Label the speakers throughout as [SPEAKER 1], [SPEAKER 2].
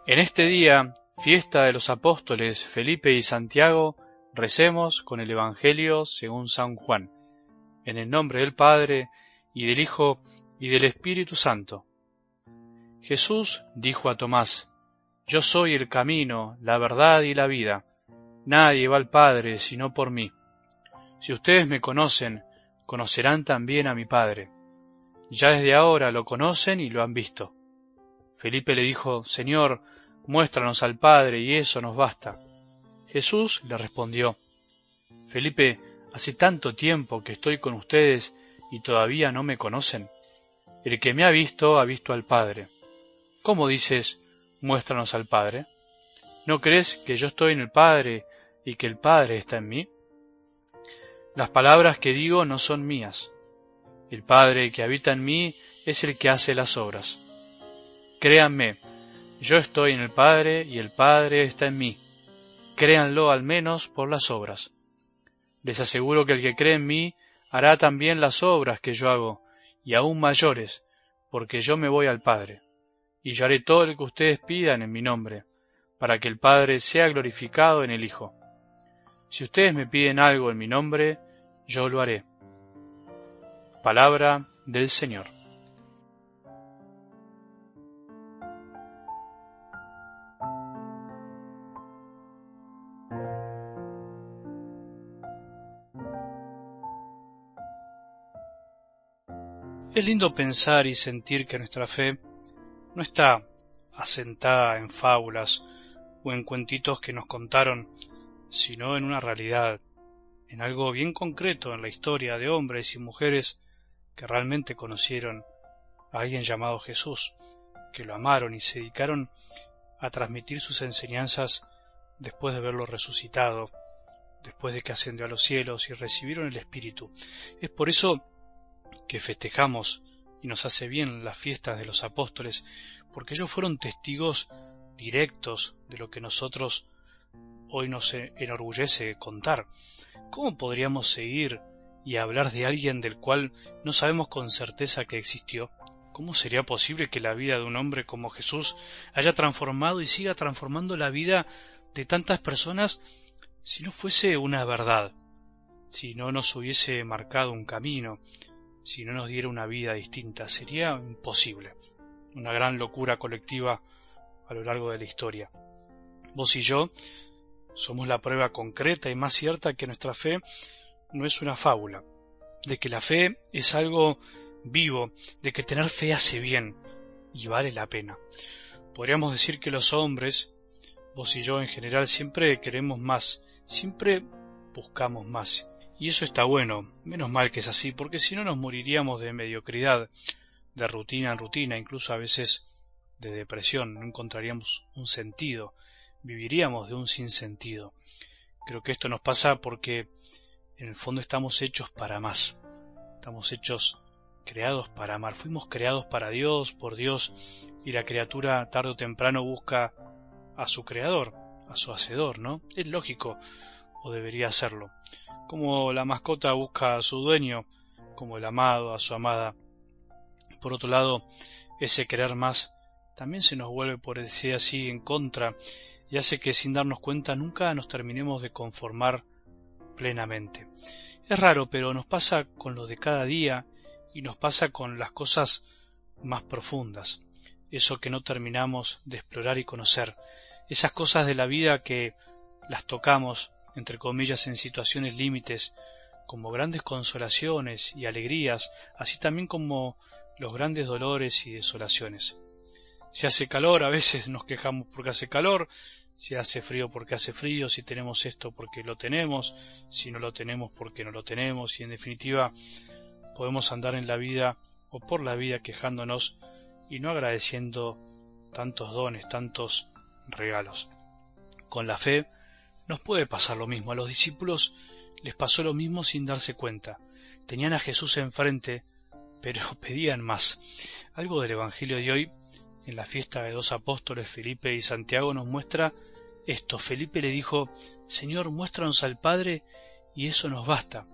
[SPEAKER 1] En este día, fiesta de los apóstoles Felipe y Santiago, recemos con el Evangelio según San Juan, en el nombre del Padre, y del Hijo, y del Espíritu Santo. Jesús dijo a Tomás: Yo soy el camino, la verdad y la vida. Nadie va al Padre sino por mí. Si ustedes me conocen, conocerán también a mi Padre. Ya desde ahora lo conocen y lo han visto. Felipe le dijo: Señor, muéstranos al Padre y eso nos basta. Jesús le respondió: Felipe, hace tanto tiempo que estoy con ustedes y todavía no me conocen. El que me ha visto al Padre. ¿Cómo dices, muéstranos al Padre? ¿No crees que yo estoy en el Padre y que el Padre está en mí? Las palabras que digo no son mías. El Padre que habita en mí es el que hace las obras. Créanme, yo estoy en el Padre y el Padre está en mí. Créanlo al menos por las obras. Les aseguro que el que cree en mí hará también las obras que yo hago, y aún mayores, porque yo me voy al Padre. Y yo haré todo lo que ustedes pidan en mi nombre, para que el Padre sea glorificado en el Hijo. Si ustedes me piden algo en mi nombre, yo lo haré. Palabra del Señor. Es lindo pensar y sentir que nuestra fe no está asentada en fábulas o en cuentitos que nos contaron, sino en una realidad, en algo bien concreto en la historia de hombres y mujeres que realmente conocieron a alguien llamado Jesús, que lo amaron y se dedicaron a transmitir sus enseñanzas después de verlo resucitado, después de que ascendió a los cielos y recibieron el Espíritu. Es por eso que festejamos y nos hace bien las fiestas de los apóstoles, porque ellos fueron testigos directos de lo que nosotros hoy nos enorgullece contar. ¿Cómo podríamos seguir y hablar de alguien del cual no sabemos con certeza que existió? ¿Cómo sería posible que la vida de un hombre como Jesús haya transformado y siga transformando la vida de tantas personas si no fuese una verdad, si no nos hubiese marcado un camino, si no nos diera una vida distinta? Sería imposible, una gran locura colectiva a lo largo de la historia. Vos y yo somos la prueba concreta y más cierta que nuestra fe no es una fábula, de que la fe es algo vivo, de que tener fe hace bien y vale la pena. Podríamos decir que los hombres, vos y yo en general, siempre queremos más, siempre buscamos más. Y eso está bueno, menos mal que es así, porque si no nos moriríamos de mediocridad, de rutina en rutina, incluso a veces de depresión, no encontraríamos un sentido, viviríamos de un sinsentido. Creo que esto nos pasa porque en el fondo estamos hechos para más, estamos hechos, creados para amar, fuimos creados para Dios, por Dios, y la criatura tarde o temprano busca a su creador, a su hacedor, ¿no? Es lógico, o debería serlo. Como la mascota busca a su dueño, como el amado a su amada. Por otro lado, ese querer más también se nos vuelve, por decir así, en contra, y hace que sin darnos cuenta nunca nos terminemos de conformar plenamente. Es raro, pero nos pasa con lo de cada día y nos pasa con las cosas más profundas, eso que no terminamos de explorar y conocer, esas cosas de la vida que las tocamos, entre comillas, en situaciones límites, como grandes consolaciones y alegrías, así también como los grandes dolores y desolaciones. Si hace calor, a veces nos quejamos porque hace calor, si hace frío porque hace frío, si tenemos esto porque lo tenemos, si no lo tenemos porque no lo tenemos, y en definitiva podemos andar en la vida o por la vida quejándonos y no agradeciendo tantos dones, tantos regalos. Con la fe nos puede pasar lo mismo. A los discípulos les pasó lo mismo sin darse cuenta. Tenían a Jesús enfrente, pero pedían más. Algo del Evangelio de hoy, en la fiesta de dos apóstoles, Felipe y Santiago, nos muestra esto. Felipe le dijo: Señor, muéstranos al Padre y eso nos basta.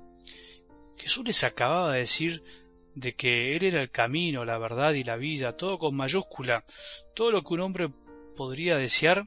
[SPEAKER 1] Jesús les acababa de decir de que Él era el camino, la verdad y la vida, todo con mayúscula, todo lo que un hombre podría desear,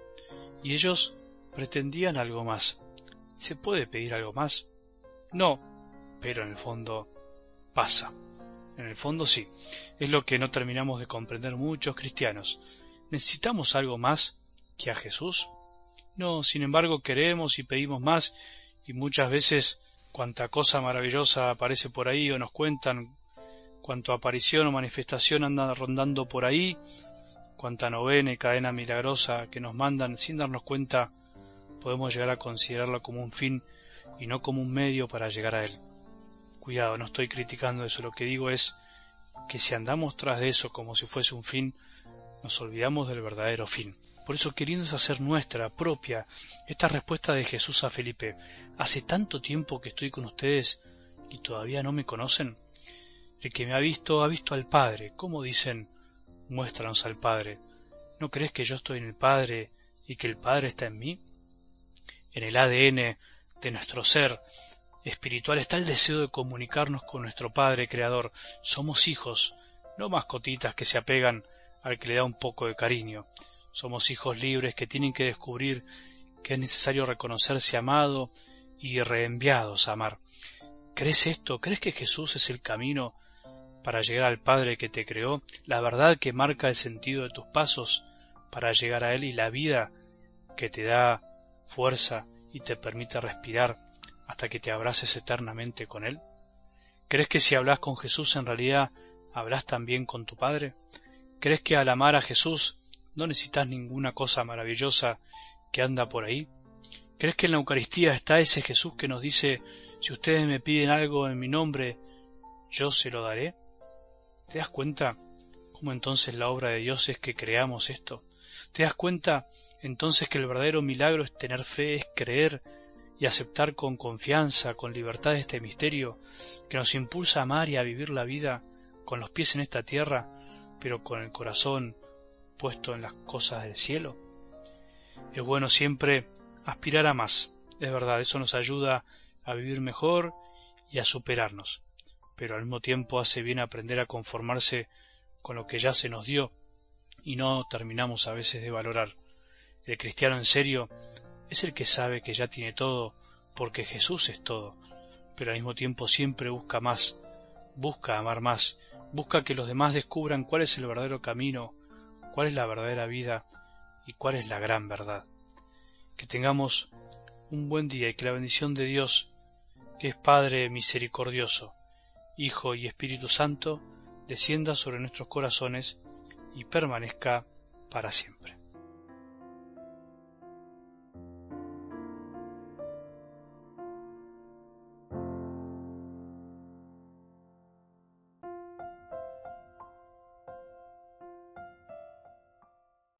[SPEAKER 1] y ellos pretendían algo más. ¿Se puede pedir algo más? No, pero en el fondo pasa. En el fondo sí. Es lo que no terminamos de comprender muchos cristianos. ¿Necesitamos algo más que a Jesús? No, sin embargo queremos y pedimos más, y muchas veces cuanta cosa maravillosa aparece por ahí o nos cuentan, cuánta aparición o manifestación anda rondando por ahí, cuánta novena y cadena milagrosa que nos mandan sin darnos cuenta, podemos llegar a considerarla como un fin y no como un medio para llegar a él. Cuidado, no estoy criticando eso, lo que digo es que si andamos tras de eso como si fuese un fin, nos olvidamos del verdadero fin. Por eso, queriendo hacer nuestra propia esta respuesta de Jesús a Felipe, hace tanto tiempo que estoy con ustedes y todavía no me conocen. El que me ha visto al Padre. ¿Cómo dicen? Muéstranos al Padre. ¿No crees que yo estoy en el Padre y que el Padre está en mí? En el ADN de nuestro ser espiritual está el deseo de comunicarnos con nuestro Padre Creador. Somos hijos, no mascotitas que se apegan al que le da un poco de cariño. Somos hijos libres que tienen que descubrir que es necesario reconocerse amado y reenviados a amar. ¿Crees esto? ¿Crees que Jesús es el camino para llegar al Padre que te creó, la verdad que marca el sentido de tus pasos para llegar a Él y la vida que te da fuerza y te permite respirar hasta que te abraces eternamente con Él? ¿Crees que si hablas con Jesús en realidad hablas también con tu Padre? ¿Crees que al amar a Jesús no necesitas ninguna cosa maravillosa que anda por ahí? ¿Crees que en la Eucaristía está ese Jesús que nos dice, si ustedes me piden algo en mi nombre, yo se lo daré? ¿Te das cuenta cómo entonces la obra de Dios es que creamos esto? ¿Te das cuenta entonces que el verdadero milagro es tener fe, es creer y aceptar con confianza, con libertad este misterio que nos impulsa a amar y a vivir la vida con los pies en esta tierra, pero con el corazón puesto en las cosas del cielo? Es bueno siempre aspirar a más, es verdad, eso nos ayuda a vivir mejor y a superarnos, pero al mismo tiempo hace bien aprender a conformarse con lo que ya se nos dio y no terminamos a veces de valorar. El cristiano en serio es el que sabe que ya tiene todo porque Jesús es todo, pero al mismo tiempo siempre busca más, busca amar más, busca que los demás descubran cuál es el verdadero camino, cuál es la verdadera vida y cuál es la gran verdad. Que tengamos un buen día y que la bendición de Dios, que es Padre misericordioso, Hijo y Espíritu Santo, descienda sobre nuestros corazones y permanezca para siempre.